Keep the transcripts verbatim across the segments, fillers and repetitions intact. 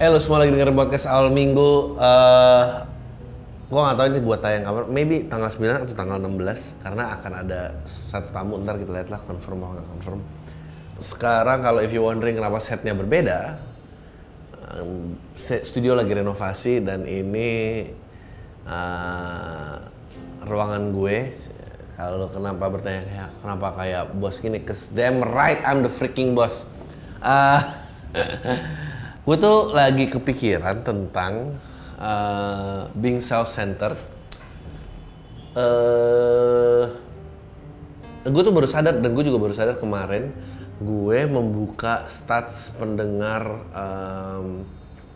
Eh lu semua lagi dengerin podcast awal minggu. uh, Gue gak tahu ini buat tayang kapan, maybe tanggal sembilan atau tanggal enam belas. Karena akan ada satu tamu, ntar kita lihat lah confirm atau gak confirm. Sekarang kalau if you wondering kenapa setnya berbeda, um, studio lagi renovasi dan ini uh, ruangan gue. Kalau kenapa bertanya kayak kenapa kayak bos gini, cause damn right I'm the freaking boss. Uh, gue tuh lagi kepikiran tentang uh, being self-centered. Uh, gue tuh baru sadar dan gue juga baru sadar kemarin gue membuka stats pendengar um,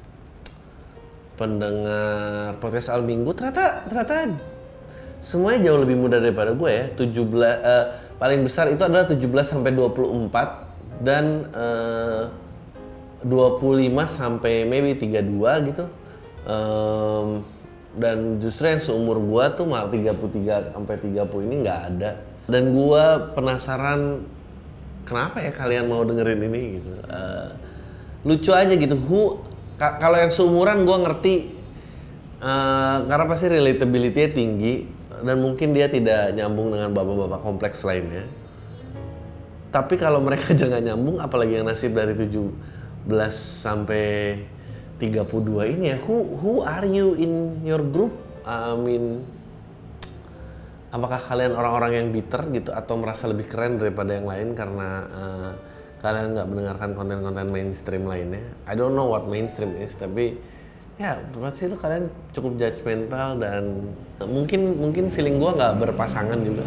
pendengar podcast Al Minggu ternyata ternyata semuanya jauh lebih muda daripada gue ya. tujuh belas uh, paling besar itu adalah tujuh belas sampai dua puluh empat dan uh, dua puluh lima sampai maybe tiga puluh dua gitu. Um, dan justru yang seumur gue tuh malah tiga puluh tiga sampai tiga puluh ini nggak ada. Dan gue penasaran kenapa ya kalian mau dengerin ini gitu. Uh, lucu aja gitu. Who ka- kalau yang seumuran gue ngerti uh, karena pasti relatability-nya tinggi dan mungkin dia tidak nyambung dengan bapak-bapak kompleks lainnya. Tapi kalau mereka jangan nyambung, apalagi yang nasib dari tujuh belas sampai tiga puluh dua ini ya, who who are you in your group? I mean, apakah kalian orang-orang yang bitter gitu atau merasa lebih keren daripada yang lain karena uh, kalian nggak mendengarkan konten-konten mainstream lainnya? I don't know what mainstream is, tapi ya pasti itu kalian cukup judgmental dan mungkin mungkin feeling gue nggak berpasangan juga.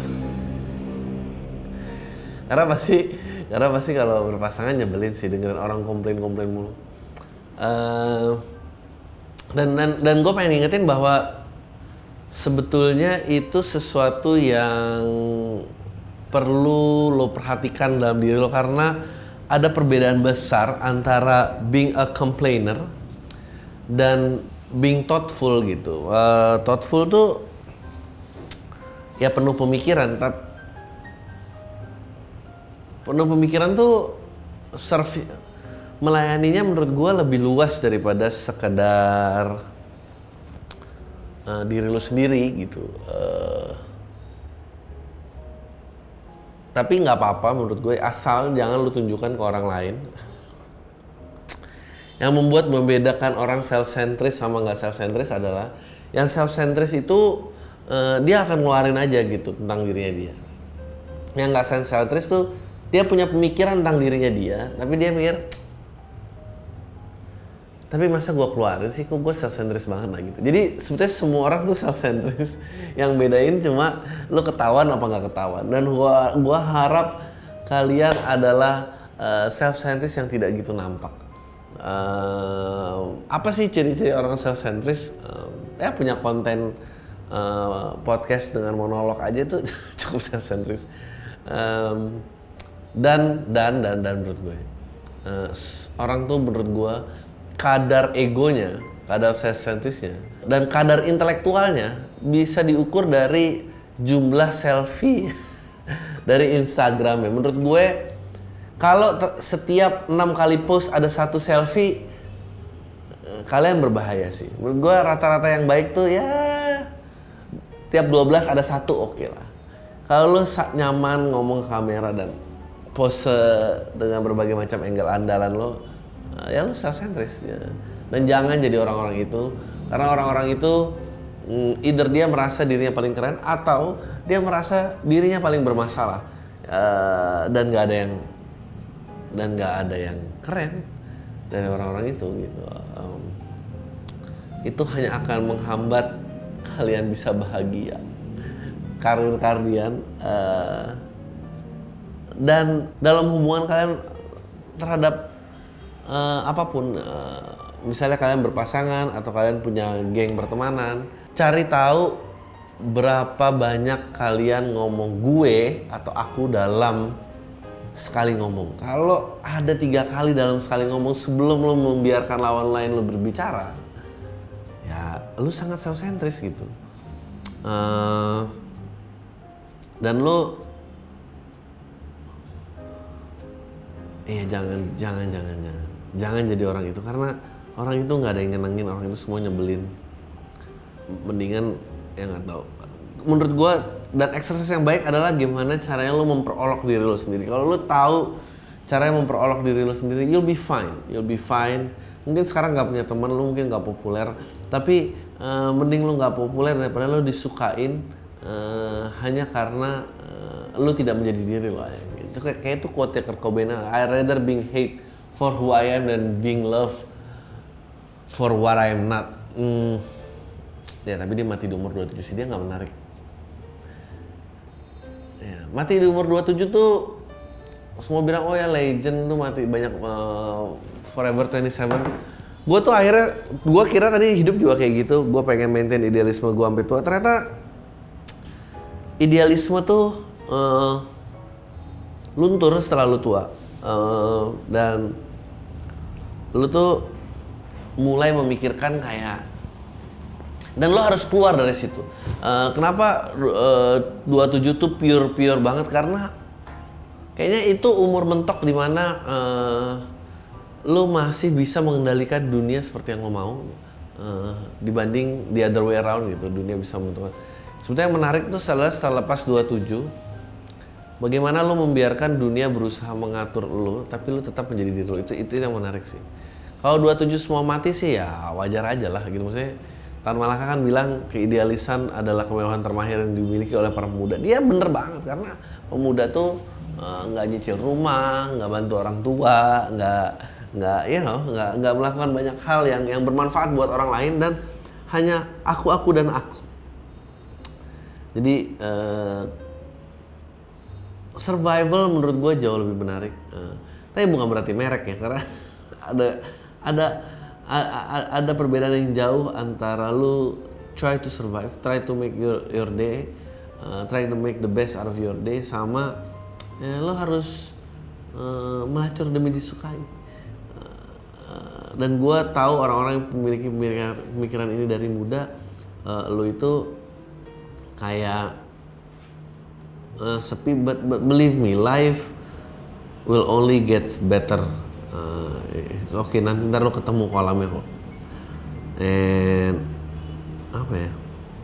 Karena pasti karena pasti kalau berpasangan nyebelin sih dengerin orang komplain-komplain mulu. Uh, dan dan dan gue pengen ingetin bahwa sebetulnya itu sesuatu yang perlu lo perhatikan dalam diri lo karena ada perbedaan besar antara being a complainer dan being thoughtful gitu. Uh, thoughtful tuh ya penuh pemikiran, tapi penuh pemikiran tuh servi, melayaninya menurut gue lebih luas daripada sekedar uh, diri lo sendiri gitu. Uh, tapi nggak apa-apa menurut gue asal jangan lo tunjukkan ke orang lain. Yang membuat membedakan orang self-centris sama nggak self-centris adalah yang self-centris itu uh, dia akan ngeluarin aja gitu tentang dirinya dia. Yang nggak self-centris tuh dia punya pemikiran tentang dirinya dia, tapi dia mikir, tapi masa gue keluarin sih, kok gue self-centris banget lah gitu. Jadi sebetulnya semua orang tuh self-centris, yang bedain cuma lo ketahuan apa nggak ketahuan. Dan gue gue harap kalian adalah uh, self-centris yang tidak gitu nampak. Uh, apa sih ciri-ciri orang self-centris? Uh, ya punya konten uh, podcast dengan monolog aja tuh cukup self-centris. Um, dan dan dan dan menurut gue uh, orang tuh menurut gue kadar egonya, kadar self-centrisnya dan kadar intelektualnya bisa diukur dari jumlah selfie dari Instagram ya. Menurut gue kalau ter- setiap enam kali post ada satu selfie, kalian berbahaya sih. Menurut gue rata-rata yang baik tuh ya tiap dua belas ada satu oke okay lah. Kalau lu nyaman ngomong ke kamera dan pose dengan berbagai macam angle andalan lo, ya lu self-centris ya. Dan jangan jadi orang-orang itu, karena orang-orang itu either dia merasa dirinya paling keren atau dia merasa dirinya paling bermasalah uh, dan nggak ada yang dan nggak ada yang keren dari orang-orang itu gitu. Um, itu hanya akan menghambat kalian bisa bahagia, karir kalian uh, dan dalam hubungan kalian terhadap uh, apapun. Uh, misalnya kalian berpasangan atau kalian punya geng pertemanan, cari tahu berapa banyak kalian ngomong gue atau aku dalam sekali ngomong. Kalau ada tiga kali dalam sekali ngomong sebelum lo membiarkan lawan lain lo berbicara, ya lo sangat self-centris gitu. Uh, dan lo, iya jangan, jangan, jangan, jangan, jangan jadi orang itu karena orang itu nggak ada yang nyenengin, orang itu semua nyebelin. Mendingan ya nggak tahu. Menurut gue, dan exercise yang baik adalah gimana caranya lo memperolok diri lo sendiri. Kalau lo tahu caranya memperolok diri lo sendiri, you'll be fine, you'll be fine. Mungkin sekarang nggak punya teman, lo mungkin nggak populer, tapi uh, mending lo nggak populer daripada lo disukain uh, hanya karena uh, lo tidak menjadi diri lo. Itu kayak, kayak itu quote Kurt Cobain, I rather being hate for who I am than being loved for what I am not. Hmm. Ya tapi dia mati di umur dua puluh tujuh sih, dia nggak menarik. Ya, mati di umur dua puluh tujuh tuh semua bilang oh ya legend tuh mati banyak uh, forever twenty-seven. Gue tuh akhirnya gue kira tadi hidup juga kayak gitu. Gue pengen maintain idealisme gue sampai tua. Ternyata idealisme tuh uh, luntur setelah lu tua uh, dan lu tuh mulai memikirkan kayak, dan lo harus keluar dari situ. Uh, kenapa uh, dua puluh tujuh tuh pure-pure banget? Karena kayaknya itu umur mentok di mana uh, lo masih bisa mengendalikan dunia seperti yang lo mau uh, dibanding the other way around gitu. Dunia bisa menentukan. Sebetulnya yang menarik tuh adalah setelah lepas dua puluh tujuh, bagaimana lo membiarkan dunia berusaha mengatur lo, tapi lo tetap menjadi diri lo. Itu itu yang menarik sih. Kalau dua puluh tujuh semua mati sih ya wajar aja lah gitu. Maksudnya Tan Malaka kan bilang keidealisan adalah kemewahan termahir yang dimiliki oleh para pemuda. Dia bener banget karena pemuda tuh nggak uh, nyicil rumah, nggak bantu orang tua, nggak nggak you know, nggak nggak melakukan banyak hal yang yang bermanfaat buat orang lain dan hanya aku aku dan aku. Jadi uh, survival menurut gue jauh lebih menarik. Uh, tapi bukan berarti merek ya, karena ada ada ada perbedaan yang jauh antara lu try to survive, try to make your your day, uh, try to make the best out of your day, sama ya, lo harus uh, melacur demi disukai. Uh, dan gue tahu orang-orang yang memiliki pemikiran ini dari muda, uh, lo itu kayak uh, sepi, but, but believe me, life will only get better. Uh, it's okay, nanti ntar lo ketemu kolamnya kok. And apa ya?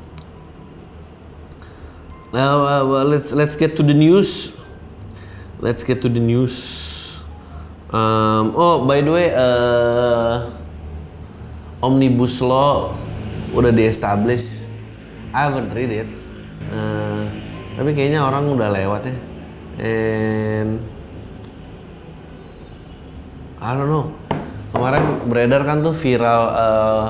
Now uh, well, let's let's get to the news. Let's get to the news. Um, oh by the way, uh, Omnibus Law udah di-establish. I haven't read it. Uh, tapi kayaknya orang udah lewat ya. And I don't know. Kemarin beredar kan tuh viral uh,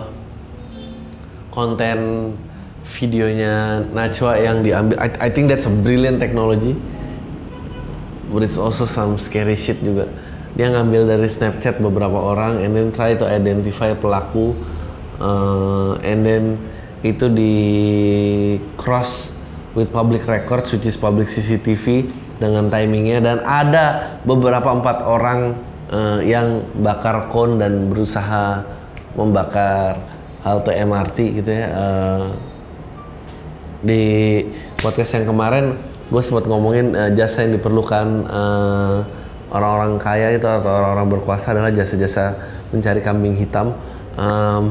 konten videonya Najwa yang diambil. I, I think that's a brilliant technology, but it's also some scary shit juga. Dia ngambil dari Snapchat beberapa orang, and then try to identify pelaku, uh, and then itu di cross with public records, which is public C C T V dengan timingnya, dan ada beberapa empat orang Uh, yang bakar kon dan berusaha membakar halte M R T gitu ya. Uh, di podcast yang kemarin gue sempat ngomongin uh, jasa yang diperlukan uh, orang-orang kaya itu atau orang-orang berkuasa adalah jasa-jasa mencari kambing hitam, um,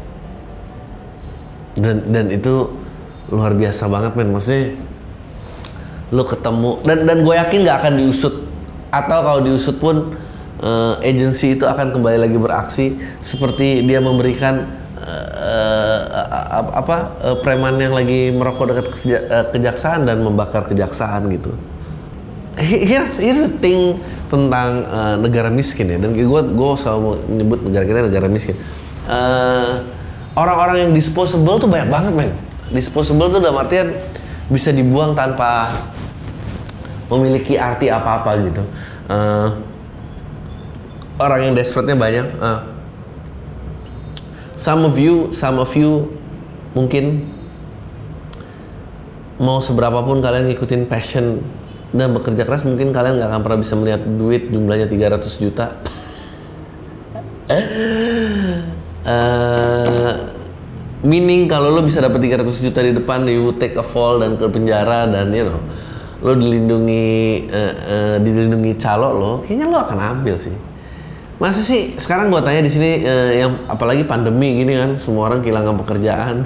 dan dan itu luar biasa banget men. Maksudnya lu ketemu dan dan gue yakin nggak akan diusut, atau kalau diusut pun Uh, agensi itu akan kembali lagi beraksi seperti dia memberikan uh, uh, apa uh, preman yang lagi merokok dekat keja, uh, kejaksaan dan membakar kejaksaan gitu. Here's here's the thing tentang uh, negara miskin ya, dan gue gue selalu menyebut negara kita negara miskin. Uh, orang-orang yang disposable tuh banyak banget men. Disposable tuh dalam artian bisa dibuang tanpa memiliki arti apa-apa gitu. Uh, Orang yang desperate-nya banyak. Uh, some of you, some of you mungkin mau seberapa pun kalian ngikutin passion dan bekerja keras, mungkin kalian nggak akan pernah bisa melihat duit jumlahnya tiga ratus juta. uh, meaning kalau lo bisa dapat tiga ratus juta di depan, you take a fall dan ke penjara, dan you know lo dilindungi uh, uh, dilindungi calo lo, kayaknya lo akan ambil sih. Masa sih sekarang gua tanya di sini eh, yang apalagi pandemi gini kan, semua orang kehilangan pekerjaan.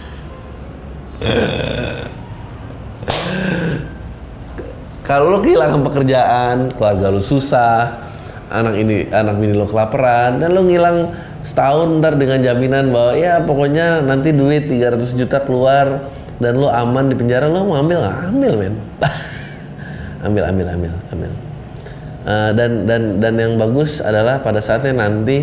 Kalau lo kehilangan pekerjaan, keluarga lo susah, anak ini anak ini lo kelaparan, dan lo ngilang setahun ntar dengan jaminan bahwa ya pokoknya nanti duit tiga ratus juta keluar dan lo aman di penjara, lo mau ambil nggak? Ambil men. ambil ambil ambil ambil. Uh, dan dan dan yang bagus adalah pada saatnya nanti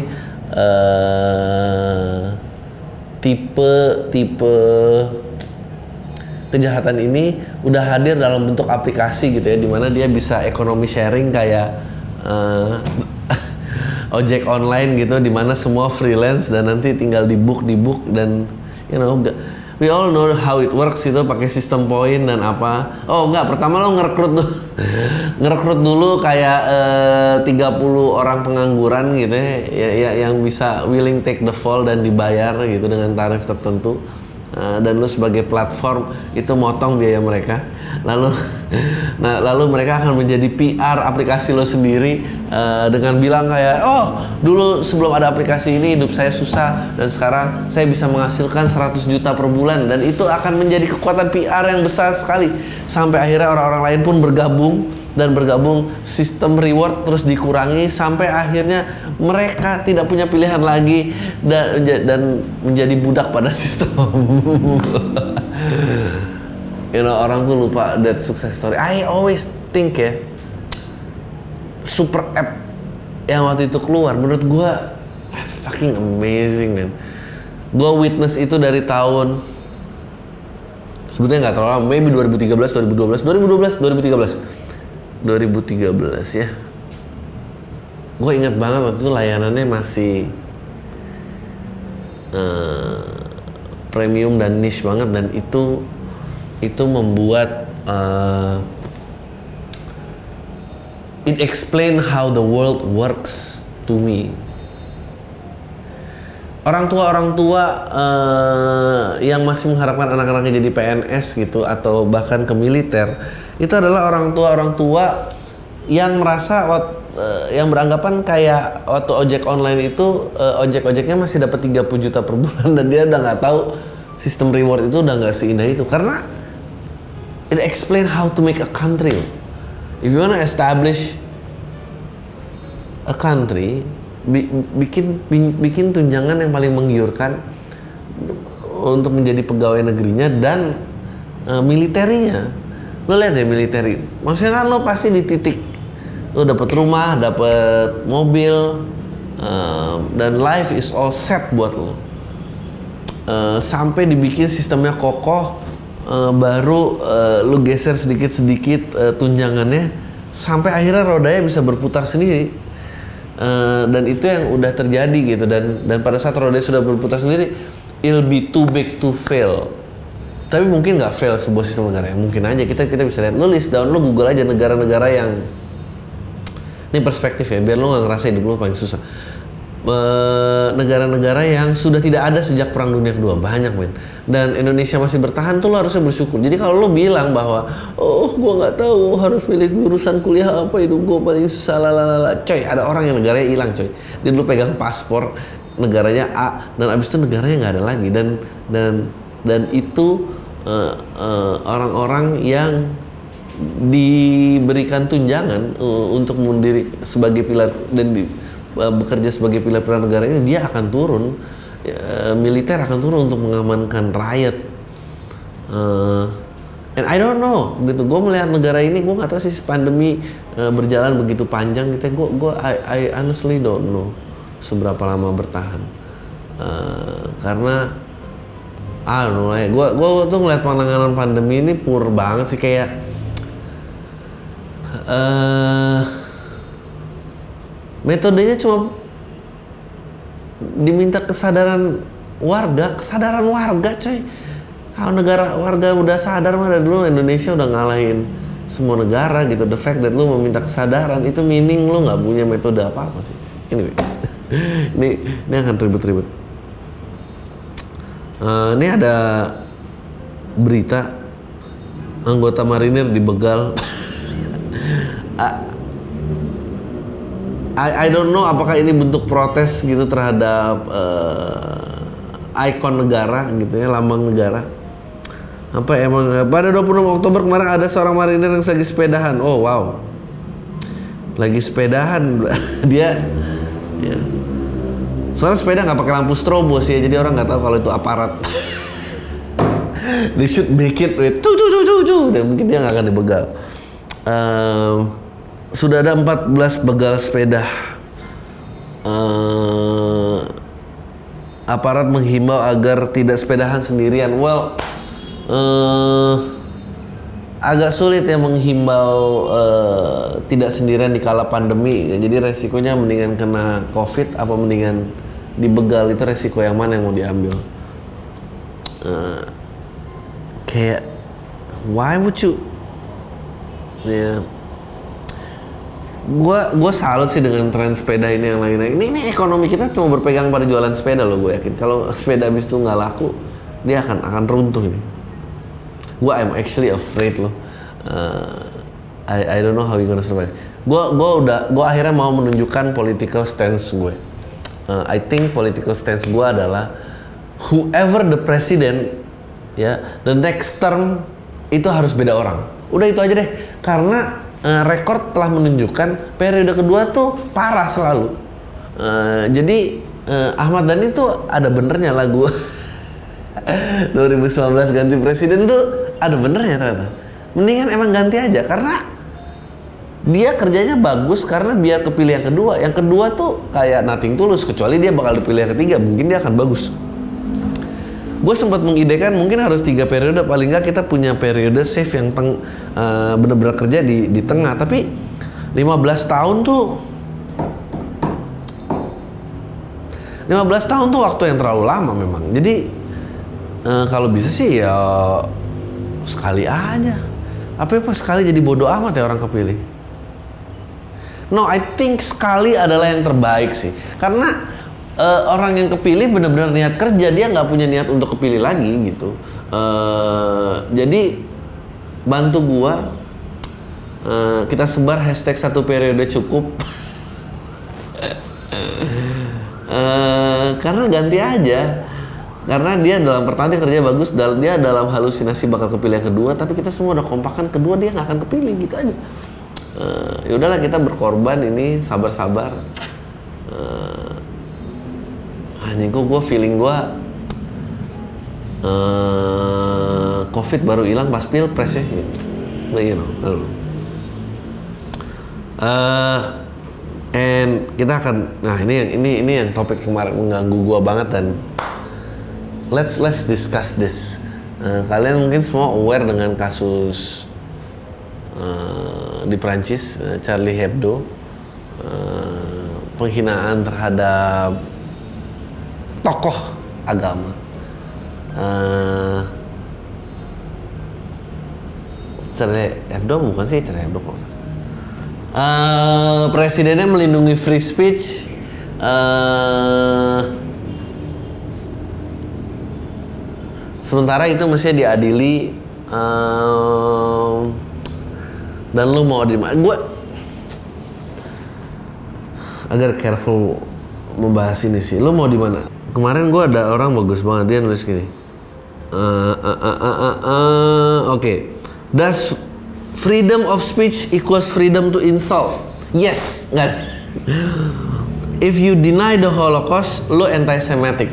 uh, tipe tipe kejahatan ini udah hadir dalam bentuk aplikasi gitu ya, dimana dia bisa ekonomi sharing kayak uh, ojek online gitu, dimana semua freelance dan nanti tinggal di book di book dan you know we all know how it works itu, pakai sistem poin dan apa. Oh enggak, pertama lo ngerekrut tuh ngerekrut dulu kayak uh, tiga puluh orang pengangguran gitu ya, ya, ya yang bisa willing take the fall dan dibayar gitu dengan tarif tertentu. Uh, dan lu sebagai platform itu motong biaya mereka, lalu nah lalu mereka akan menjadi P R aplikasi lo sendiri uh, dengan bilang kayak, oh dulu sebelum ada aplikasi ini hidup saya susah dan sekarang saya bisa menghasilkan seratus juta per bulan, dan itu akan menjadi kekuatan P R yang besar sekali sampai akhirnya orang-orang lain pun bergabung dan bergabung, sistem reward terus dikurangi sampai akhirnya mereka tidak punya pilihan lagi dan, dan menjadi budak pada sistem. You know, orang tuh lupa that success story. I always think ya, super app yang waktu itu keluar, menurut gua that's fucking amazing man. Gua witness itu dari tahun sebetulnya nggak terlalu lama, maybe dua ribu tiga belas, dua ribu dua belas, dua ribu dua belas, dua ribu tiga belas, dua ribu tiga belas ya. Gue ingat banget waktu itu layanannya masih uh, premium dan niche banget, dan itu itu membuat uh, it explain how the world works to me. Orang tua orang tua uh, yang masih mengharapkan anak-anaknya jadi P N S gitu atau bahkan ke militer, itu adalah orang tua orang tua yang merasa wat, uh, yang beranggapan kayak waktu ojek online itu uh, ojek-ojeknya masih dapat tiga puluh juta per bulan, dan dia udah nggak tahu sistem reward itu udah nggak seindah itu, karena it explain how to make a country. If you wanna establish a country, bi- bikin bikin tunjangan yang paling menggiurkan untuk menjadi pegawai negerinya dan uh, militerinya. Lo lihat deh militeri, maksudnya kan lo pasti di titik lo dapat rumah, dapat mobil, uh, dan life is all set buat lo. Uh, sampai dibikin sistemnya kokoh, uh, baru uh, lo geser sedikit-sedikit uh, tunjangannya sampai akhirnya rodanya bisa berputar sendiri. Uh, dan itu yang udah terjadi gitu, dan dan pada saat rodanya sudah berputar sendiri, it'll be too big to fail. Tapi mungkin nggak fail sebuah sistem negara, ya mungkin aja kita kita bisa lihat. Lo list down, lo Google aja negara-negara yang ini perspektif ya, biar lo nggak ngerasa hidup lo paling susah. E, negara-negara yang sudah tidak ada sejak Perang Dunia Kedua, banyak men. Dan Indonesia masih bertahan tuh lo harusnya bersyukur. Jadi kalau lo bilang bahwa oh gue nggak tahu harus pilih jurusan kuliah apa, hidup gue paling susah lalala, coy, ada orang yang negaranya hilang coy. Dia dulu pegang paspor negaranya A dan abis itu negaranya nggak ada lagi, dan dan dan itu uh, uh, orang-orang yang diberikan tunjangan uh, untuk mendiri sebagai pilar dan di, uh, bekerja sebagai pilar-pilar negara ini, dia akan turun, uh, militer akan turun untuk mengamankan rakyat. Uh, and I don't know, gitu. Gue melihat negara ini, gue nggak tahu sih pandemi uh, berjalan begitu panjang gitu. Gue gue I, I honestly don't know seberapa lama bertahan, uh, karena ah, no, ya. Gua, gua tuh ngeliat penanganan pandemi ini pur banget sih, kayak uh, metodenya cuma diminta kesadaran warga, kesadaran warga, coy. Kalau negara warga udah sadar mah dari dulu Indonesia udah ngalahin semua negara gitu. The fact that lu meminta kesadaran itu meaning lu nggak punya metode apa-apa sih. Anyway, ini ini akan ribet-ribet. Uh, ini ada berita anggota marinir dibegal. uh, I, I don't know apakah ini bentuk protes gitu terhadap uh, ikon negara gitu ya, lambang negara. Apa emang pada dua puluh enam Oktober kemarin ada seorang marinir yang lagi sepedahan. Oh wow. Lagi sepedahan dia ya. Soalnya sepeda nggak pakai lampu strobo sih, jadi orang nggak tahu kalau itu aparat. They should make it with tuh tuh tuh tuh tuh. Dan mungkin dia nggak akan dibegal. Um, sudah ada empat belas begal sepeda. Uh, aparat menghimbau agar tidak sepedahan sendirian. Well, uh, agak sulit ya menghimbau uh, tidak sendirian di kala pandemi. Jadi resikonya mendingan kena COVID apa mendingan dibegal, itu resiko yang mana yang mau diambil? Uh, kayak why would you? Ya, yeah. Gua gua salut sih dengan tren sepeda ini yang lagi naik. Ini, ini ekonomi kita cuma berpegang pada jualan sepeda loh, gue yakin. Kalau sepeda habis itu nggak laku, dia akan akan runtuh ini. Gua I'm actually afraid loh. Uh, I I don't know how you gonna survive. Gua gua udah gua akhirnya mau menunjukkan political stance gue. Uh, I think political stance gue adalah whoever the president, ya, the next term itu harus beda orang. Udah itu aja deh. Karena uh, rekor telah menunjukkan periode kedua tuh parah selalu. Uh, jadi uh, Ahmad Dhani tuh ada benernya lagu dua ribu sembilan belas ganti presiden tuh ada benernya ternyata. Mendingan emang ganti aja karena dia kerjanya bagus karena biar kepilih yang kedua. Yang kedua tuh kayak nothing tulus, kecuali dia bakal dipilih yang ketiga, mungkin dia akan bagus. Gue sempat mengidekan mungkin harus tiga periode, paling nggak kita punya periode safe yang teng, uh, bener-bener kerja di di tengah. Tapi lima belas tahun tuh lima belas tahun tuh waktu yang terlalu lama memang. Jadi uh, kalau bisa sih ya sekali aja. Apa apa sekali jadi bodoh amat ya orang kepilih. No, I think sekali adalah yang terbaik sih. Karena uh, orang yang kepilih benar-benar niat kerja, dia nggak punya niat untuk kepilih lagi gitu. Uh, jadi bantu gua, uh, kita sebar hashtag satu periode cukup. uh, karena ganti aja. Karena dia dalam pertama dia kerja bagus, dia dalam halusinasi bakal kepilih yang kedua, tapi kita semua udah kompakan kedua dia nggak akan kepilih gitu aja. Uh, ya udahlah kita berkorban ini sabar-sabar. Uh, anjing kok gue feeling gue uh, COVID baru hilang pas pilpres ya, gitu. Nah, you know, halo. Uh, and kita akan, nah ini yang ini ini yang topik kemarin mengganggu gue banget dan let's let's discuss this. Uh, kalian mungkin semua aware dengan kasus Uh, di Prancis, uh, Charlie Hebdo, uh, penghinaan terhadap tokoh agama. Uh, Charlie Hebdo bukan sih Charlie Hebdo kok. Uh, presidennya melindungi free speech. Uh, sementara itu mestinya diadili. Uh, Dan lu mau di mana? Gue agak careful membahas ini sih. Lu mau di mana? Kemarin gue ada orang bagus banget, dia nulis gini. Uh, uh, uh, uh, uh, uh, Oke, okay. Does freedom of speech equals freedom to insult? Yes, nggak. If you deny the Holocaust, lu anti-Semitic.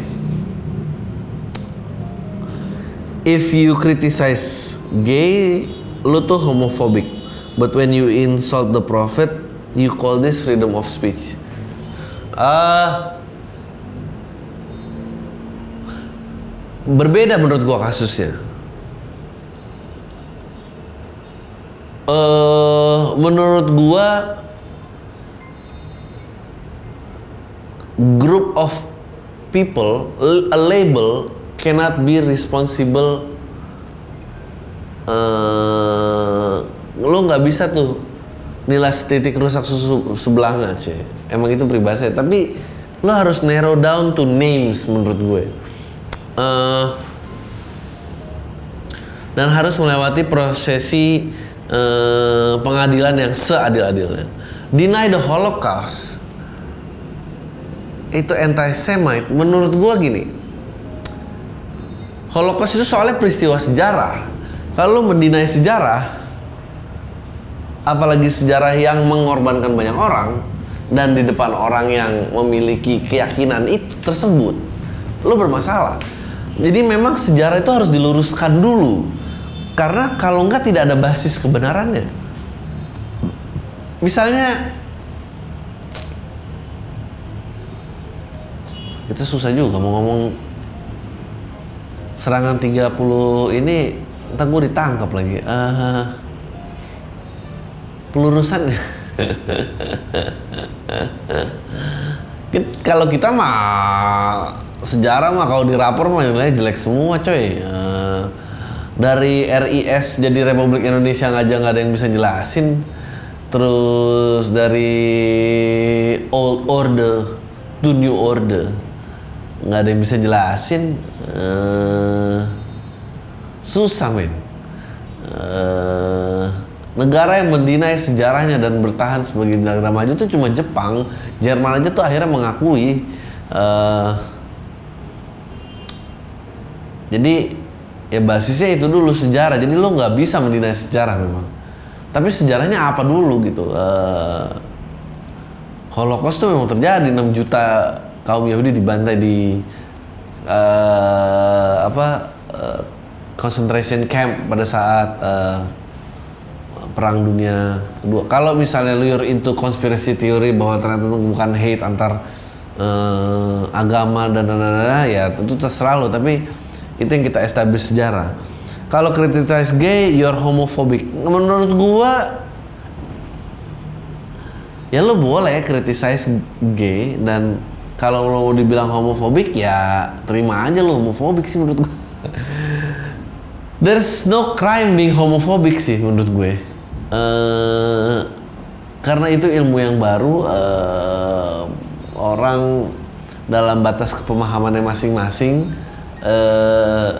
If you criticize gay, lu tuh homophobic. But when you insult the prophet, you call this freedom of speech. Uh, berbeda menurut gua kasusnya. Uh, menurut gua, group of people, a label cannot be responsible. Uh, lo nggak bisa tuh nilas titik rusak susu sebelahnya sih, emang itu peribahasa. Tapi lo harus narrow down to names menurut gue, uh, dan harus melewati prosesi uh, pengadilan yang seadil-adilnya. Deny the Holocaust itu anti-Semite, menurut gua gini, Holocaust itu soalnya peristiwa sejarah. Kalau lu mendinai sejarah, apalagi sejarah yang mengorbankan banyak orang dan di depan orang yang memiliki keyakinan itu tersebut, lu bermasalah. Jadi memang sejarah itu harus diluruskan dulu, karena kalau enggak tidak ada basis kebenarannya. Misalnya, itu susah juga mau ngomong serangan tiga puluh ini, entar gue ditangkap lagi. Uh, pelurusan. Kalau kita mah sejarah mah kalau di rapor mah nilainya jelek semua coy. Uh, dari R I S jadi Republik Indonesia aja nggak ada yang bisa jelasin. Terus dari Old Order to New Order nggak ada yang bisa jelasin. Uh, susah men. Uh, negara yang mendinai sejarahnya dan bertahan sebagai negara maju itu cuma Jepang. Jerman aja tuh akhirnya mengakui. Uh, jadi ya basisnya itu dulu sejarah. Jadi lo nggak bisa mendinai sejarah memang. Tapi sejarahnya apa dulu gitu. Uh, Holocaust tuh memang terjadi, enam juta kaum Yahudi dibantai di uh, apa uh, concentration camp pada saat uh, Perang Dunia Kedua. Kalau misalnya you're into conspiracy theory bahwa ternyata itu bukan hate antar uh, agama dan dan ya tentu terserah lo, tapi itu yang kita establish sejarah. Kalau criticize gay, you're homophobic. Menurut gua ya lo boleh criticize gay, dan kalau lo dibilang homophobic ya terima aja lo homophobic sih menurut gua. There's no crime being homophobic sih menurut gue. Uh, karena itu ilmu yang baru, uh, orang dalam batas kepemahamannya masing-masing, uh,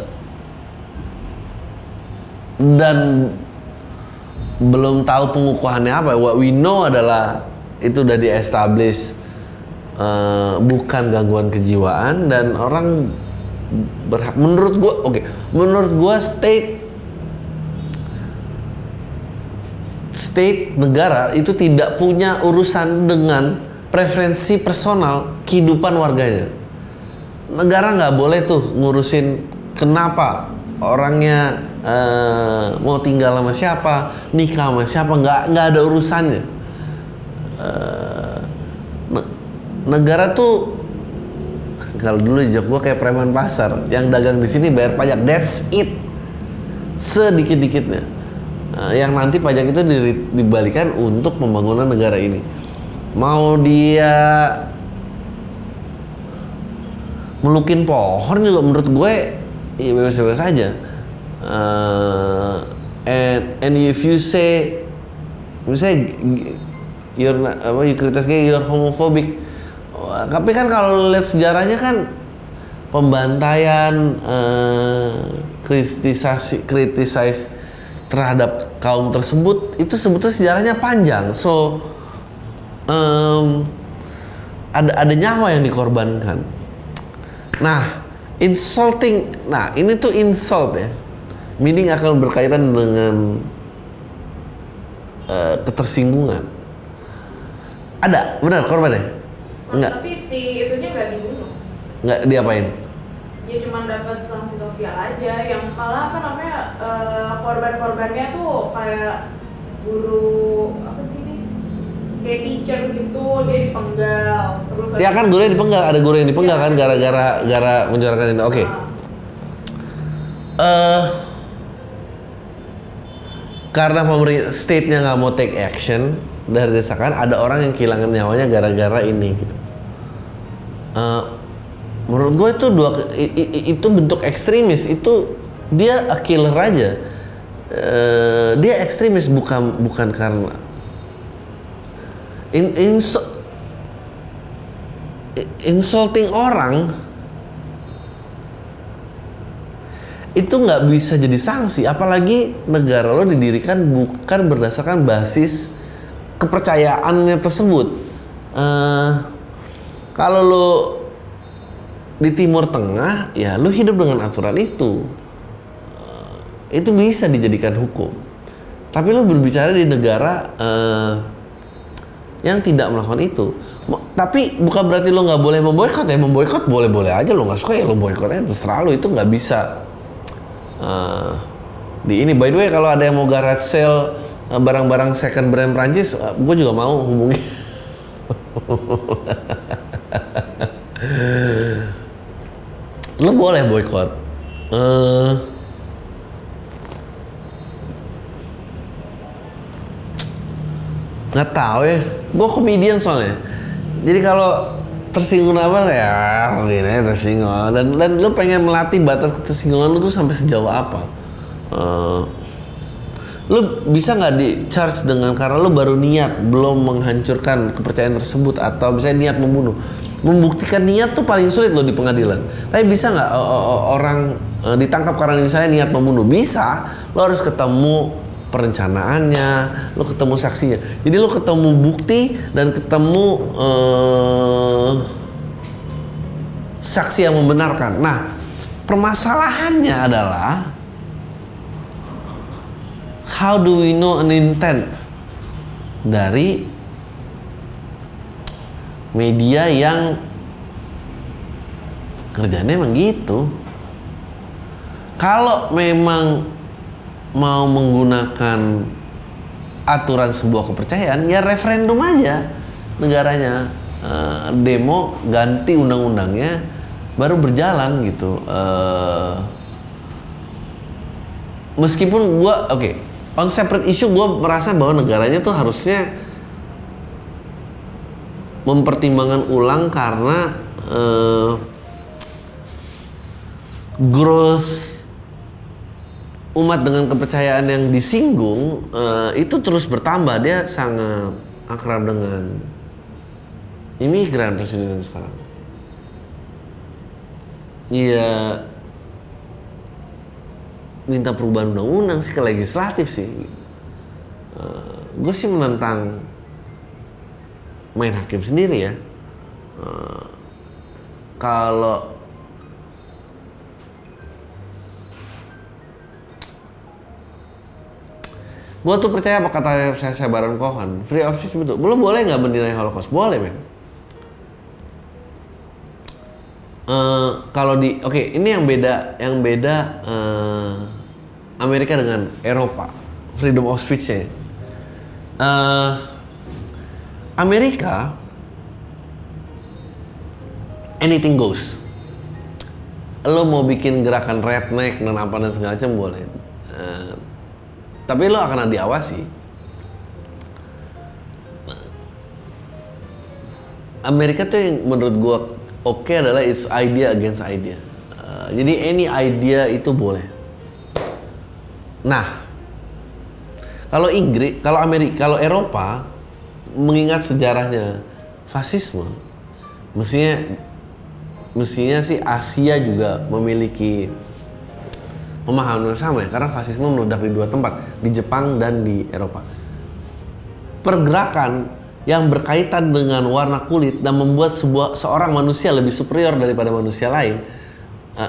dan belum tahu pengukuhannya apa. What we know adalah itu udah di-establish uh, bukan gangguan kejiwaan, dan orang berhak, menurut gua, oke, okay, menurut gua state state negara itu tidak punya urusan dengan preferensi personal kehidupan warganya. Negara nggak boleh tuh ngurusin kenapa orangnya uh, mau tinggal sama siapa, nikah sama siapa, nggak nggak ada urusannya. Uh, ne- negara tuh kalau dulu di Jogja kayak preman pasar, yang dagang di sini bayar pajak, that's it, sedikit-dikitnya. Nah, yang nanti pajak itu dibalikan untuk pembangunan negara ini. Mau dia melukin pohon juga menurut gue ya bebas-bebas aja. Uh, and and if you say, misalnya you're apa, you criticize gay, you're homophobic. Tapi kan kalau lihat sejarahnya kan pembantaian, uh, kritisasi, criticize terhadap kaum tersebut itu sebetulnya sejarahnya panjang. So um, ada ada nyawa yang dikorbankan. Nah, insulting, nah ini tuh insult ya, meaning akan berkaitan dengan uh, ketersinggungan. Ada, benar korban ya? Enggak. Tapi si itunya nggak dibunuh. Nggak diapain? Ya cuma dapat sanksi sosial aja, yang malah apa namanya uh, korban-korbannya tuh kayak guru apa sih ini, kayak teacher gitu, dia dipenggal terus. Ya kan gurunya dipenggal, ada guru yang dipenggal ya, kan gara-gara gara menjuarakan itu. Oke. Okay. Nah. Uh, karena pemerintah state-nya nggak mau take action dari desakan, ada orang yang kehilangan nyawanya gara-gara ini gitu. Uh, Menurut gue itu dua itu bentuk ekstremis, itu dia a killer aja. Uh, dia ekstremis bukan bukan karena in, inso, insulting orang itu nggak bisa jadi sanksi, apalagi negara lo didirikan bukan berdasarkan basis kepercayaannya tersebut. Uh, Kalau lu di Timur Tengah, ya lu hidup dengan aturan itu. Uh, itu bisa dijadikan hukum. Tapi lu berbicara di negara uh, yang tidak melakukan itu. Tapi bukan berarti lo nggak boleh memboikot ya, memboikot boleh-boleh aja, lo nggak suka ya lo boikot aja, terserah lo, itu nggak bisa uh, di ini. By the way, kalau ada yang mau garage sale uh, barang-barang second brand Prancis, uh, gue juga mau hubungi. Lo boleh boikot. Uh, nggak tahu ya, gue komedian soalnya. Jadi kalau tersinggung apa ya, gini aja tersinggung. Dan dan lu pengen melatih batas ketersinggungan lu tuh sampai sejauh apa? Uh, lu bisa nggak di charge dengan karena lu baru niat, belum menghancurkan kepercayaan tersebut, atau misalnya niat membunuh. Membuktikan niat tuh paling sulit loh di pengadilan. Tapi bisa nggak uh, uh, orang uh, ditangkap karena misalnya niat membunuh? Bisa. Lu harus ketemu perencanaannya, lo ketemu saksinya. Jadi lo ketemu bukti dan ketemu uh, saksi yang membenarkan. Nah, permasalahannya adalah how do we know an intent dari media yang kerjanya emang gitu. Kalau memang mau menggunakan aturan sebuah kepercayaan, ya referendum aja negaranya, uh, demo ganti undang-undangnya baru berjalan gitu. Uh, meskipun gua oke okay, on separate issue, gua merasa bahwa negaranya tuh harusnya mempertimbangkan ulang karena uh, growth umat dengan kepercayaan yang disinggung uh, itu terus bertambah. Dia sangat akrab dengan imigran presiden sekarang. Iya, minta perubahan undang-undang sih ke legislatif sih. Uh, gue sih menentang main hakim sendiri ya. Uh, kalau gue tuh percaya apa kata saya saya Baron Cohen, free of speech betul. Belum boleh nggak mendinai Holocaust? Boleh men. Uh, kalau di, oke okay, ini yang beda, yang beda uh, Amerika dengan Eropa, freedom of speech-nya. Uh, Amerika anything goes. Lo mau bikin gerakan redneck dan apa dan segala macam boleh. Uh, Tapi lo akan diawasi. Amerika tuh yang menurut gua oke okay adalah it's idea against idea. Uh, jadi any idea itu boleh. Nah, kalau Inggris, kalau Amerika, kalau Eropa, mengingat sejarahnya fasisme, mestinya mestinya sih Asia juga memiliki pemahaman yang sama ya, karena fasisme meledak di dua tempat, di Jepang dan di Eropa. Pergerakan yang berkaitan dengan warna kulit dan membuat sebuah seorang manusia lebih superior daripada manusia lain, uh,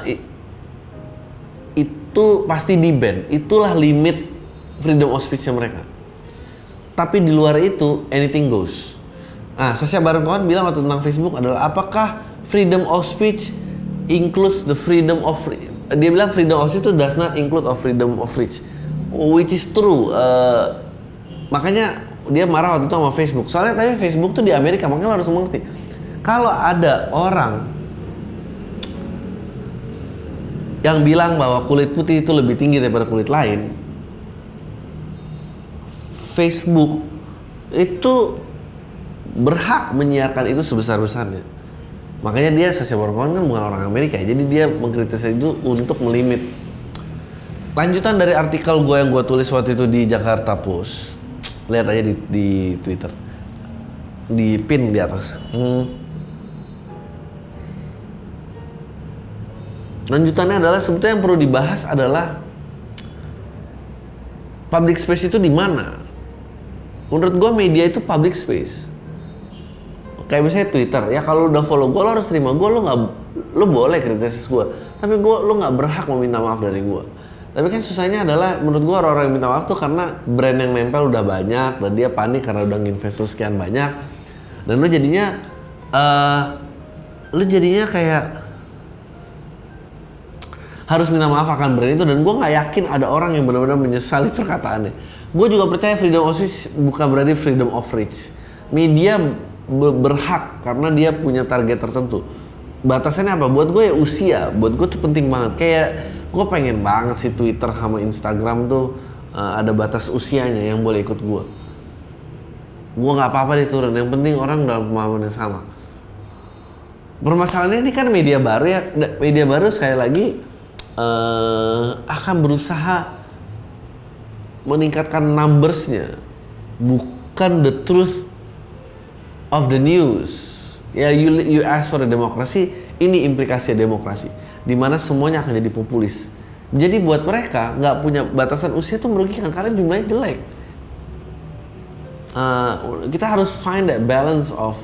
itu pasti di-ban. Itulah limit freedom of speech-nya mereka. Tapi di luar itu anything goes. Nah, Sacha Baron Cohen bilang waktu tentang Facebook adalah apakah freedom of speech includes the freedom of free, dia bilang freedom of speech itu does not include of freedom of speech, which is true. Uh, makanya dia marah waktu itu sama Facebook. Soalnya tapi Facebook tuh di Amerika, makanya lo harus mengerti. Kalau ada orang yang bilang bahwa kulit putih itu lebih tinggi daripada kulit lain, Facebook itu berhak menyiarkan itu sebesar-besarnya. Makanya dia, Sacha Baron Cohen kan bukan orang Amerika ya, jadi dia mengkritisi itu untuk melimit. Lanjutan dari artikel gue yang gue tulis waktu itu di Jakarta Post, lihat aja di, di Twitter, di pin di atas. Hmm. Lanjutannya adalah sebetulnya yang perlu dibahas adalah public space itu di mana. Menurut gue media itu public space. kayak misalnya Twitter, ya kalau udah follow gue lo harus terima gue, lo nggak, lo boleh kritis gue, tapi gue lo nggak berhak meminta maaf dari gue. Tapi kan susahnya adalah menurut gue orang-orang yang minta maaf tuh karena brand yang nempel udah banyak dan dia panik karena udah nginvest sekian banyak, dan lo jadinya uh, lo jadinya kayak harus minta maaf akan brand itu, dan gue nggak yakin ada orang yang benar-benar menyesali perkataannya. Gue juga percaya freedom of speech bukan berarti freedom of reach. Media berhak karena dia punya target tertentu. Batasannya apa? Buat gue ya usia, buat gue tuh penting banget. Kayak gue pengen banget sih Twitter sama Instagram tuh uh, ada batas usianya yang boleh ikut gue. Gue nggak apa-apa diturun, yang penting orang dalam pemahaman yang sama. Permasalahannya ini kan media baru ya, media baru sekali lagi uh, akan berusaha meningkatkan numbersnya, bukan the truth of the news. Ya, you, you ask for a demokrasi, ini implikasi demokrasi, di mana semuanya akan jadi populis. Jadi buat mereka nggak punya batasan usia itu merugikan karena jumlahnya jelek. Uh, kita harus find that balance of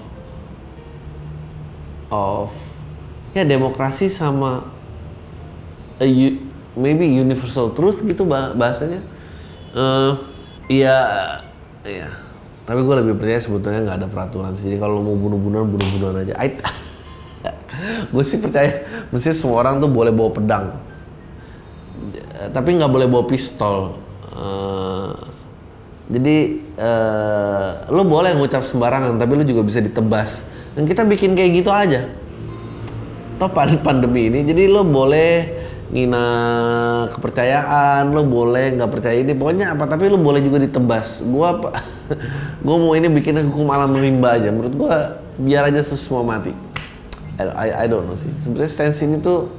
of ya demokrasi sama a, maybe universal truth gitu bahasanya. Uh, ya, ya. Tapi gue lebih percaya sebetulnya nggak ada peraturan sih. Jadi kalau mau bunuh-bunuhan, bunuh-bunuhan aja. Gue sih percaya, mesti semua orang tuh boleh bawa pedang, tapi nggak boleh bawa pistol. Uh, jadi uh, lo boleh ngucap sembarangan, tapi lo juga bisa ditebas. Dan kita bikin kayak gitu aja. Toh pandemi ini, jadi lo boleh ngina kepercayaan, lo boleh nggak percaya ini, pokoknya apa, tapi lo boleh juga ditebas. Gua apa? Gua mau ini bikin hukum alam rimba aja. Menurut gua biar aja semua mati. I, I, I don't know sih. Sebenarnya stance ini tuh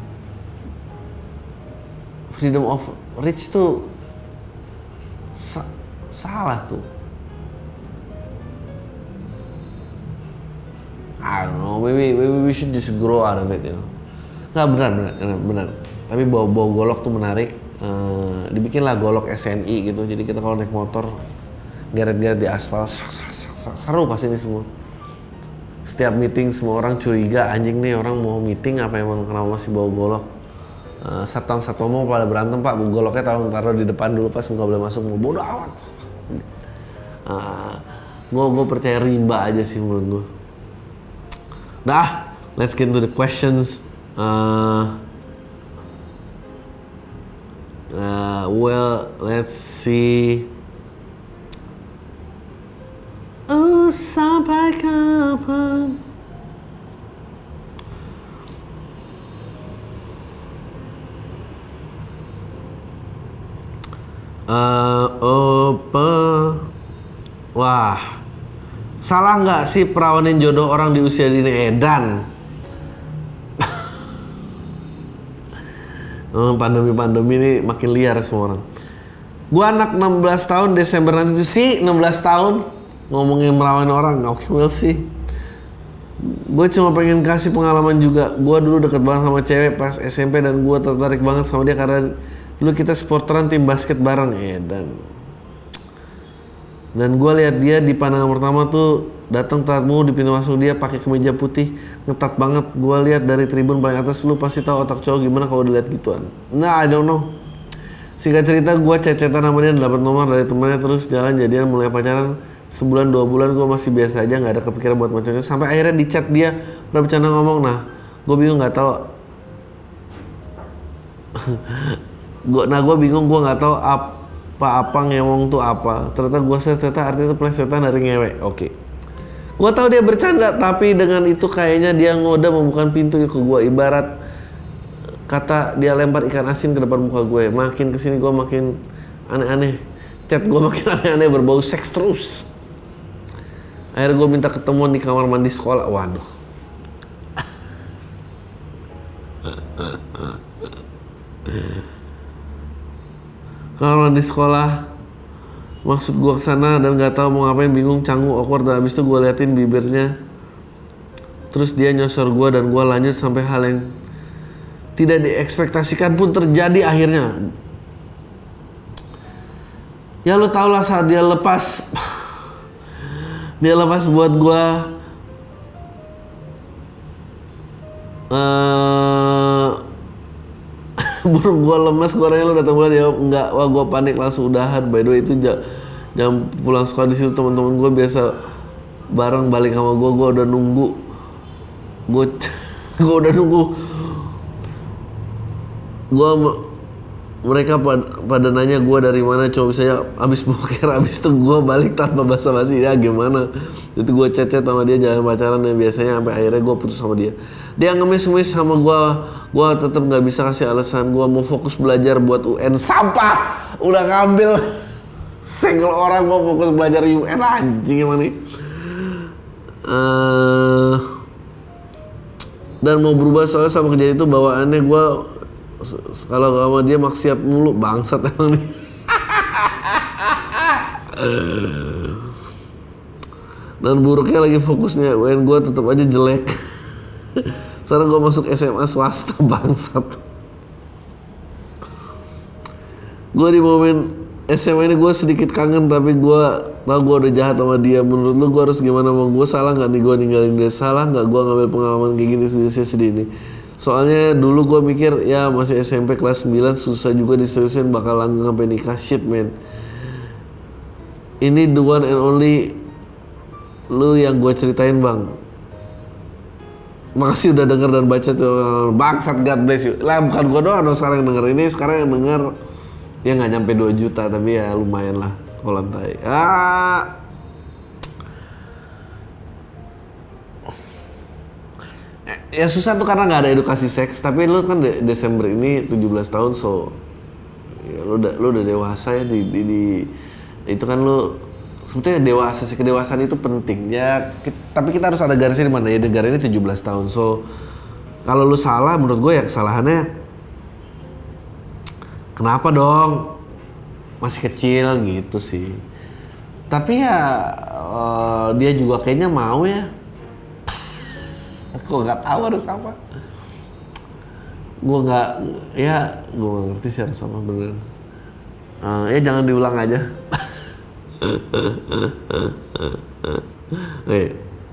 freedom of reach tuh sa- salah tuh. I don't know. Maybe, maybe we should just grow out of it, you know. Nggak, benar, benar, benar. Tapi bawa-bawa golok tuh menarik. Uh, dibikinlah golok S N I gitu. Jadi kita kalau naik motor geret-geret di aspal, serak, serak, serak, serak. Seru pasti ini semua. Setiap meeting semua orang curiga, anjing nih orang mau meeting apa emang kenapa masih bawa golok. Uh, satpam-satpam mau pada berantem, Pak, goloknya taruh taruh di depan dulu pas nggak boleh masuk, mau bodoh amat. Uh, gue gue percaya rimba aja sih menurut gue. Dah, let's get into the questions. Uh, uh, well, let's see. Oh, sampai kapan? Uh, apa? Wah, salah nggak sih perawanin jodoh orang di usia dini? Edan. Pandemi-pandemi ini makin liar semua orang. Gua anak enam belas tahun Desember nanti tuh sih enam belas tahun ngomongin merawanin orang. Oke, okay, we'll see. Gue cuma pengen kasih pengalaman juga. Gue dulu deket banget sama cewek pas S M P dan gue tertarik banget sama dia karena dulu kita sporteran tim basket bareng ya, dan dan gue lihat dia di pandangan pertama tuh datang telat mulu di pintu masuk, dia pakai kemeja putih ngetat banget. Gue lihat dari tribun paling atas. Lu pasti tahu otak cowok gimana kalau dilihat gituan. Nah, I don't know. Singkat cerita, gue chat-chatan sama dia, dapat nomor dari temannya, terus jalan jadian, mulai pacaran. Sebulan dua bulan gue masih biasa aja, nggak ada kepikiran buat macamnya. Sampai akhirnya di chat dia udah bercanda ngomong. Nah, gue bingung nggak tahu. Gue, nah gue bingung gue nggak tahu apa-apa ngewong tuh apa. Ternyata gue ternyata artinya itu plesetan dari ngewe. Oke. Okay. Gue tahu dia bercanda, tapi dengan itu kayaknya dia ngoda membuka pintu ke gue. Ibarat kata dia lempar ikan asin ke depan muka gue. Makin kesini gue makin aneh-aneh. Chat gue makin aneh-aneh, berbau seks terus. Akhirnya gue minta ketemuan di kamar mandi sekolah. Waduh. Kamar mandi sekolah. Maksud gue kesana dan gak tahu mau ngapain, bingung, canggung, awkward. Dan abis itu gue liatin bibirnya. Terus dia nyosor gue dan gue lanjut sampai hal yang tidak diekspektasikan pun terjadi akhirnya. Ya lu tau lah saat dia lepas. Dia lepas buat gue uh, buruk gue lemes, gue orangnya lu datang bulan jawab enggak, wah gue panik langsung udahan. By the way itu jam, jam pulang sekolah di situ teman-teman gue biasa bareng balik sama gue, gue udah nunggu, gue gue udah nunggu, gue mereka pada, pada nanya gue dari mana, cuma bisa abis boker, abis itu gue balik tanpa basa-basi ya gimana. Itu gue chat-chat sama dia jalan pacaran yang biasanya sampai akhirnya gue putus sama dia. Dia ngemis-ngemis sama gue, gue tetap nggak bisa kasih alasan. Gue mau fokus belajar buat U N, sampah, udah ngambil single orang mau fokus belajar U N, anjing emang nih. Uh, dan mau berubah soalnya sama kejadian itu bawaannya gue kalau sama dia maksiat mulu, bangsat emang nih. Dan buruknya lagi fokusnya U N gue tetap aja jelek. Sekarang gue masuk S M A swasta, bangsat. Gue di momen S M A ini gue sedikit kangen, tapi gue tau gue udah jahat sama dia. Menurut lu gue harus gimana? Mau gue salah nggak nih gue ninggalin dia? Salah nggak gue ngambil pengalaman kayak gini sedih-sedih nih? Soalnya dulu gue mikir ya masih S M P kelas sembilan susah juga diseriusin, bakal langgeng sampai nikah. Shit man, ini the one and only lu yang gue ceritain bang. Makasih udah denger dan baca tuh, bangsat, God bless you. Lah bukan gue doang dong sekarang yang denger ini, sekarang yang denger ya nggak nyampe dua juta tapi ya lumayan lah kolam tai. Ah. Ya susah tuh karena nggak ada edukasi seks, tapi lu kan de- Desember ini tujuh belas tahun, so ya lu udah lu udah dewasa ya di, di, di itu kan lu sebetulnya dewasa sih, kedewasaan itu penting ya, kita, tapi kita harus ada garisnya di mana ya, negara ini tujuh belas tahun, so kalau lu salah menurut gue ya kesalahannya kenapa dong, masih kecil gitu sih, tapi ya uh, dia juga kayaknya mau ya. Aku nggak tahu harus apa. Gue nggak, ya gue nggak ngerti sih harus apa bener. Uh, ya jangan diulang aja. Hey.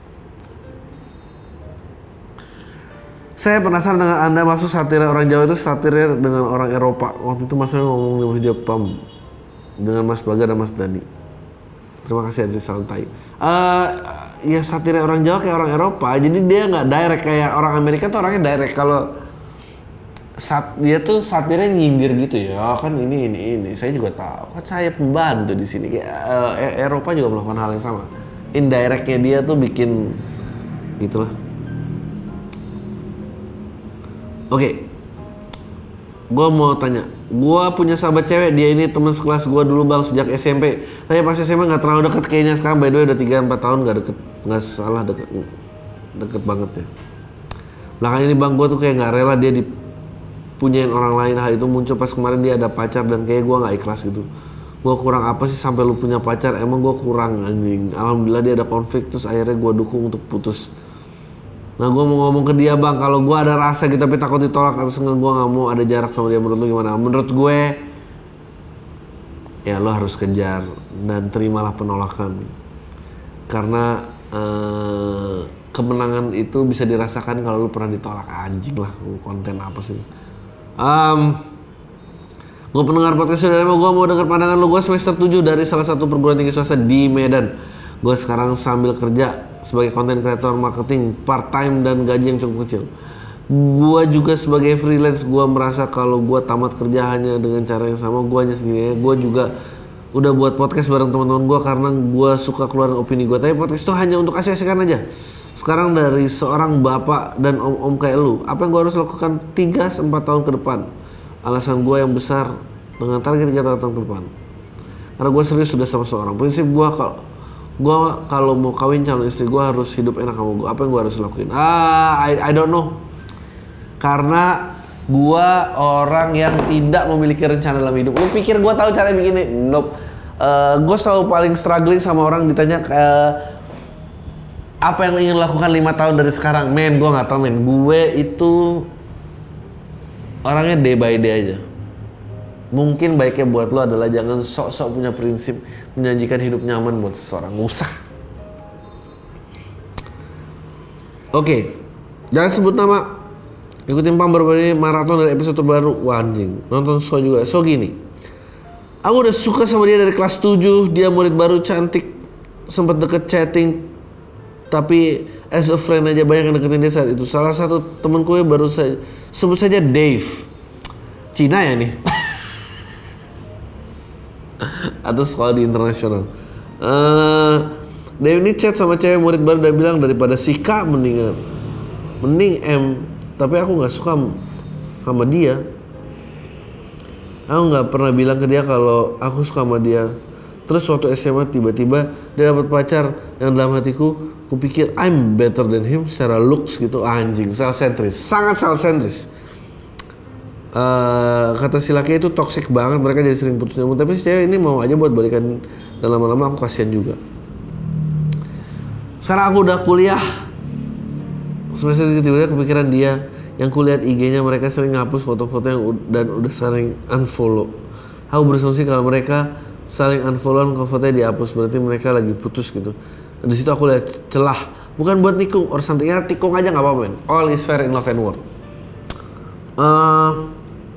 Saya penasaran dengan Anda, maksud satirnya orang Jawa itu satirnya dengan orang Eropa. Waktu itu Mas ngomong di Jepang dengan Mas Baga dan Mas Dani. Terima kasih Adri Santai. Uh, ya satirnya orang Jawa kayak orang Eropa, jadi dia nggak direct kayak orang Amerika tuh orangnya direct. Kalau sat dia tuh satirnya nyindir gitu ya, kan ini ini ini. Saya juga tahu, kan saya pembantu di sini. Kayak uh, Eropa juga melakukan hal yang sama. Indirectnya dia tuh bikin gitulah. Oke, okay. Gue mau tanya, gue punya sahabat cewek, dia ini teman sekelas gue dulu bang sejak S M P. Tapi pas S M P nggak terlalu deket kayaknya, sekarang by the way udah tiga empat tahun nggak deket, nggak salah deket, deket banget ya. Belakangan ini bang gue tuh kayak nggak rela dia dipunyain orang lain. Hal itu muncul pas kemarin dia ada pacar dan kayak gue nggak ikhlas gitu. Gue kurang apa sih sampai lu punya pacar? Emang gue kurang anjing. Alhamdulillah dia ada konflik terus akhirnya gue dukung untuk putus. Nah gue mau ngomong ke dia bang, kalau gue ada rasa gitu tapi takut ditolak atau sengaja gue nggak mau ada jarak sama dia, menurut lu gimana? Menurut gue ya lo harus kejar dan terimalah penolakan, karena eh, kemenangan itu bisa dirasakan kalau lu pernah ditolak. Anjing lah, konten apa sih? Um, gue pendengar podcast sudah lama, gue mau dengar pandangan lu. Gue semester tujuh dari salah satu perguruan tinggi swasta di Medan. Gue sekarang sambil kerja sebagai content creator marketing part time dan gaji yang cukup kecil. Gue juga sebagai freelance, gue merasa kalau gue tamat kerja hanya dengan cara yang sama, gue hanya segini. Gue juga udah buat podcast bareng teman-teman gue karena gue suka keluarin opini gue. Tapi podcast itu hanya untuk asik-asikan aja. Sekarang dari seorang bapak dan om-om kayak lu, apa yang gue harus lakukan tiga sampai empat tahun ke depan? Alasan gue yang besar dengan target tiga tahun ke depan. Karena gue serius sudah sama seorang. Prinsip gue kalau gue kalau mau kawin calon istri gue harus hidup enak sama gue. Apa yang gue harus lakuin? Ah, I, I don't know. Karena gue orang yang tidak memiliki rencana dalam hidup. Lu pikir gue tahu cara begini? Nope. Uh, gue selalu paling struggling sama orang ditanya uh, apa yang ingin lakukan lima tahun dari sekarang. Men, gue nggak tahu men. Gue itu orangnya day by day aja. Mungkin baiknya buat lo adalah jangan sok-sok punya prinsip menjanjikan hidup nyaman buat seseorang. Usah. Oke, okay. Jangan sebut nama. Ikutin Pam baru ini maraton dari episode terbaru. Wah anjing. Nonton show juga. So gini. Aku udah suka sama dia dari kelas tujuh. Dia murid baru cantik. Sempat deket chatting. Tapi as a friend aja banyak yang deketin dia saat itu. Salah satu temenku ya baru saja. Sebut saja Dave. Cina ya nih. Atau sekolah di internasional. Uh, Dave ini chat sama cewek murid baru dan bilang daripada Sika mendingan. Mending M. Tapi aku nggak suka sama dia. Aku nggak pernah bilang ke dia kalau aku suka sama dia. Terus waktu S M A tiba-tiba dia dapat pacar yang dalam hatiku, kupikir I'm better than him secara looks gitu. Anjing, self-centris, sangat self-centris. Uh, kata si laki itu toxic banget, mereka jadi sering putus nyambung. Tapi si cewek ini mau aja buat balikan dan lama-lama aku kasihan juga. Sekarang aku udah kuliah. Semester tiba-tiba kepikiran dia. Yang kulihat I G-nya mereka sering ngapus foto-foto yang u- dan udah sering unfollow. Aku berasumsi kalau mereka saling unfollow kalau fotonya dihapus berarti mereka lagi putus gitu. Di situ aku lihat celah, bukan buat nikung or something. Ya tikung aja nggak apa-apa men. All is fair in love and war. Uh,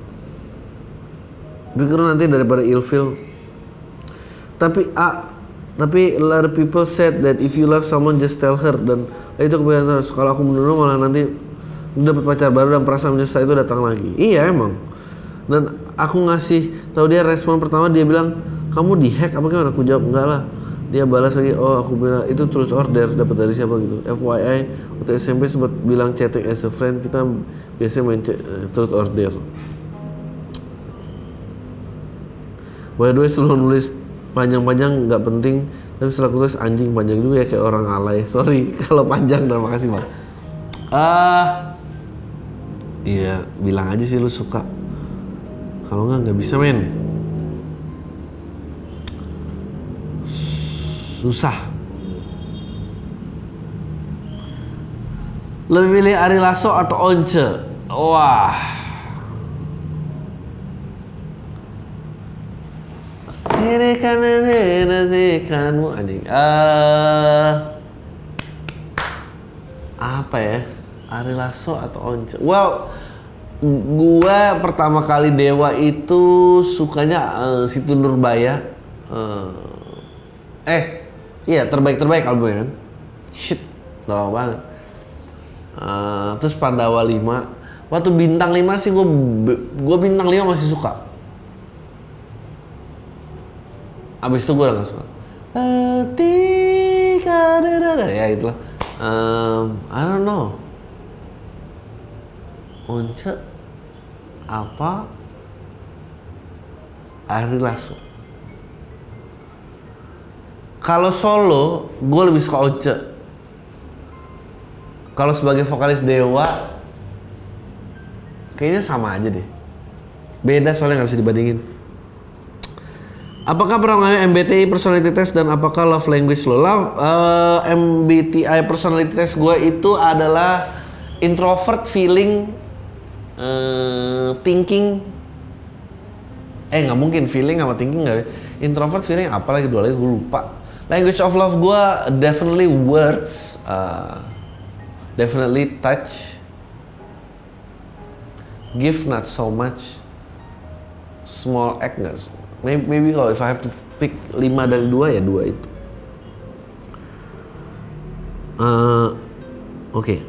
Pikir nanti daripada ilfeel. Tapi ah, tapi a lot of people said that if you love someone just tell her, dan itu kepikiran terus. Kalau aku menurut malah nanti dapat pacar baru dan perasaan menyesal itu datang lagi. Iya emang. Dan aku ngasih tahu dia respon pertama, dia bilang kamu dihack apa gimana? Aku jawab enggak lah. Dia balas lagi, oh aku bilang itu truth order dapat dari siapa gitu. F Y I waktu S M P sempat bilang chatting as a friend, kita biasanya main ch- truth order. By the way sebelum nulis panjang-panjang nggak penting, tapi setelah tulis anjing panjang juga ya kayak orang alay. Sorry kalau panjang, dan makasih Mbak. Ah, uh, iya bilang aja sih lu suka. Kalau nggak nggak bisa men. Susah. Lebih pilih Ari Lasso atau Once? Wah. Ini kan nasikanmu anjing. Uh, apa ya? Ari Lasso atau Once? Well, gua pertama kali Dewa itu sukanya uh, Situ Nurbaya. Uh, eh, iya terbaik-terbaik albumnya kan. Shit, lama banget. Uh, terus Pandawa lima. Waktu Bintang lima sih gua gua Bintang lima masih suka. Abis itu gue udah gak suka. Ya itulah. Um, I don't know. Once apa? Ari Lasso. Kalau solo, gue lebih suka Once. Kalau sebagai vokalis Dewa, kayaknya sama aja deh. Beda soalnya nggak bisa dibandingin. Apakah pernah mengalami M B T I personality test dan apakah love language lo? Love, uh, M B T I personality test gue itu adalah introvert feeling, uh, thinking. Eh nggak mungkin feeling sama thinking nggak? Introvert feeling apa lagi dua lagi gue lupa. Language of love gue definitely words, uh, definitely touch, gift not so much, small act nggak? Maybe, maybe kalau if I have to pick lima dari dua ya dua itu. Uh, Oke. Okay.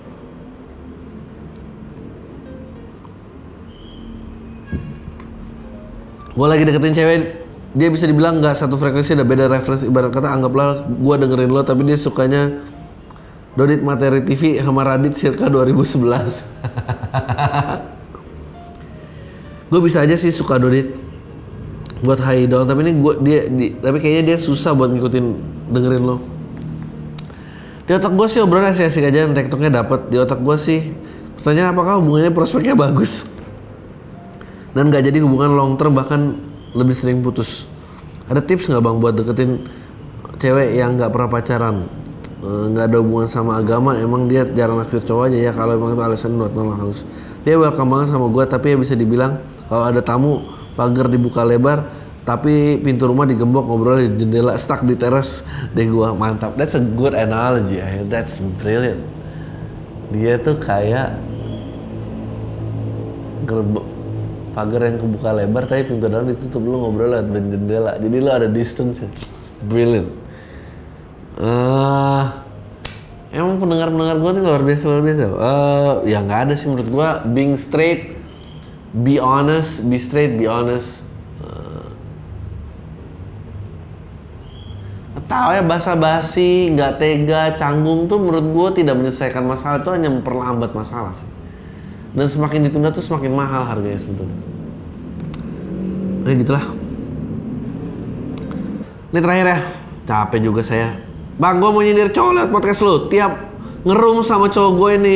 Gue lagi deketin cewek, dia bisa dibilang nggak satu frekuensi, ada beda referensi. Ibarat kata anggaplah gue dengerin lo, tapi dia sukanya Dodit Materi T V sama Radit circa dua ribu sebelas. Gue bisa aja sih suka Dodit buat high down, tapi ini gua dia di, tapi kayaknya dia susah buat ngikutin dengerin lo. Di otak gue sih obrolan asik-asik aja, tektoknya dapet. Di otak gue sih pertanyaan apakah hubungannya prospeknya bagus dan nggak jadi hubungan long term, bahkan lebih sering putus. Ada tips nggak bang buat deketin cewek yang nggak pernah pacaran, nggak e, ada hubungan sama agama, emang dia jarang naksir cowok aja ya? Kalau emang itu alasan buat nolak halus. Dia welcome banget sama gue, tapi ya bisa dibilang kalau ada tamu pagar dibuka lebar, tapi pintu rumah digembok, ngobrol di jendela, stuck di teras deh gua. Mantap, that's a good analogy, that's brilliant. Dia tuh kayak pagar pagar yang kebuka lebar tapi pintu dalam ditutup, lu ngobrol lewat jendela. Jadi lu ada distance. Brilliant. Uh, emang pendengar-pendengar gue nih luar biasa luar biasa. Uh, ya nggak ada sih menurut gue. Being straight, be honest, be straight, be honest. Tahu ya basa-basi, nggak tega, canggung tuh menurut gue tidak menyelesaikan masalah, itu hanya memperlambat masalah sih. Dan semakin ditunda tuh semakin mahal harganya sebetulnya. Nah gitulah. Ini terakhir ya, capek juga saya. Bang, gue mau nyindir cowok liat podcast lu, tiap ngerum sama cowok gue ini.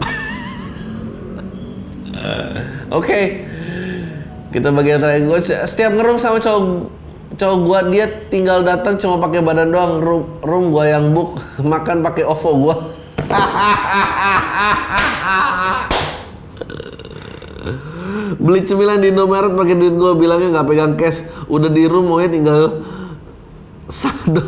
Oke, okay. Kita bagian terakhir. Gue setiap ngerum sama cowok cowok gua, dia tinggal datang cuma pakai badan doang, room, room gua yang book, makan pakai O V O gua. Beli cemilan di Indomaret pakai duit gua, bilangnya nggak pegang cash, udah di room maunya tinggal saldo.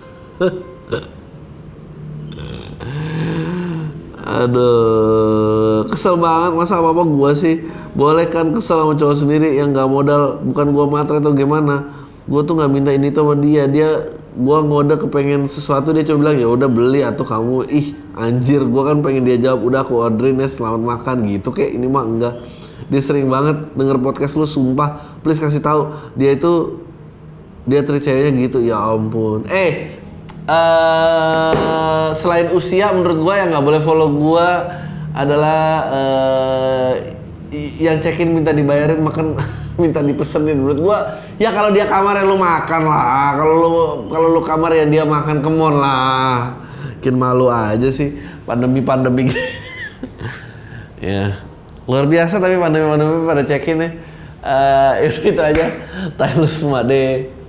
Aduh, kesel banget, masa apa-apa gua sih. Boleh kan kesel sama cowok sendiri yang nggak modal, bukan gua matre atau gimana. Gue tuh nggak minta ini tuh sama dia, dia gue ngode kepengen sesuatu, dia cuma bilang ya udah beli atau kamu. Ih anjir, gue kan pengen dia jawab udah aku orderin ya selamat makan gitu, kayak ini mah enggak. Dia sering banget denger podcast lu, sumpah please kasih tahu dia itu dia tercayanya gitu. Ya ampun. Eh uh, selain usia menurut gue yang nggak boleh follow gue adalah uh, yang check-in minta dibayarin, makan minta dipesenin. Menurut gua ya kalau dia kamar ya lu makan lah, kalau lu kalau lu kamar ya dia makan, kemon lah. Bikin malu aja sih pandemi-pandemi gini. Ya luar biasa tapi pandemi-pandemi pada check-in ya. Uh, itu, itu aja. Taylor Smade.